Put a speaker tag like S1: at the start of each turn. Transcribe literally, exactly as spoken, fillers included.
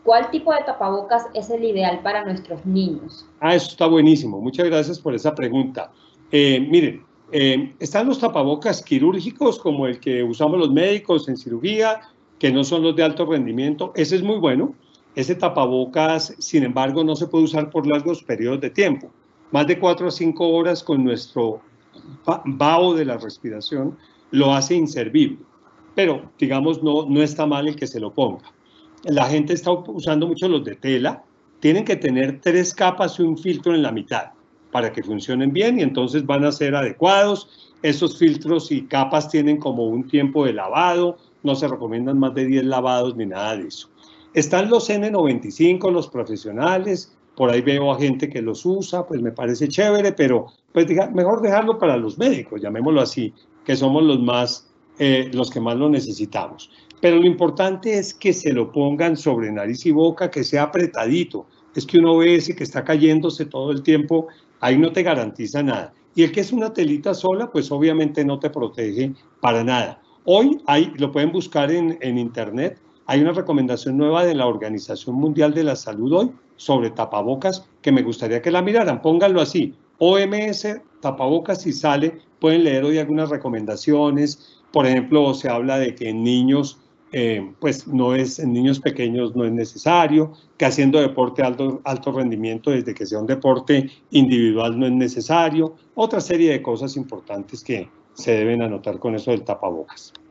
S1: ¿Cuál tipo de tapabocas es el ideal para nuestros niños?
S2: Ah, eso está buenísimo. Muchas gracias por esa pregunta. Eh, miren, eh, están los tapabocas quirúrgicos, como el que usamos los médicos en cirugía, que no son los de alto rendimiento. Ese es muy bueno. Ese tapabocas, sin embargo, no se puede usar por largos periodos de tiempo. Más de cuatro a cinco horas con nuestro vaho de la respiración lo hace inservible. Pero, digamos, no, no está mal el que se lo ponga. La gente está usando mucho los de tela. Tienen que tener tres capas y un filtro en la mitad para que funcionen bien y entonces van a ser adecuados. Esos filtros y capas tienen como un tiempo de lavado, no se recomiendan más de diez lavados ni nada de eso. Están los N noventa y cinco, los profesionales, por ahí veo a gente que los usa, pues me parece chévere, pero pues diga, mejor dejarlo para los médicos, llamémoslo así, que somos los más, eh, los que más lo necesitamos. Pero lo importante es que se lo pongan sobre nariz y boca, que sea apretadito. Es que uno ve ese que está cayéndose todo el tiempo, ahí no te garantiza nada. Y el que es una telita sola, pues obviamente no te protege para nada. Hoy hay, lo pueden buscar en, en internet, hay una recomendación nueva de la Organización Mundial de la Salud hoy sobre tapabocas que me gustaría que la miraran. Pónganlo así, O M S, tapabocas, y sale, pueden leer hoy algunas recomendaciones. Por ejemplo, se habla de que en niños, eh, pues no es, en niños pequeños no es necesario, que haciendo deporte de alto, alto rendimiento, desde que sea un deporte individual, no es necesario. Otra serie de cosas importantes que se deben anotar con eso del tapabocas.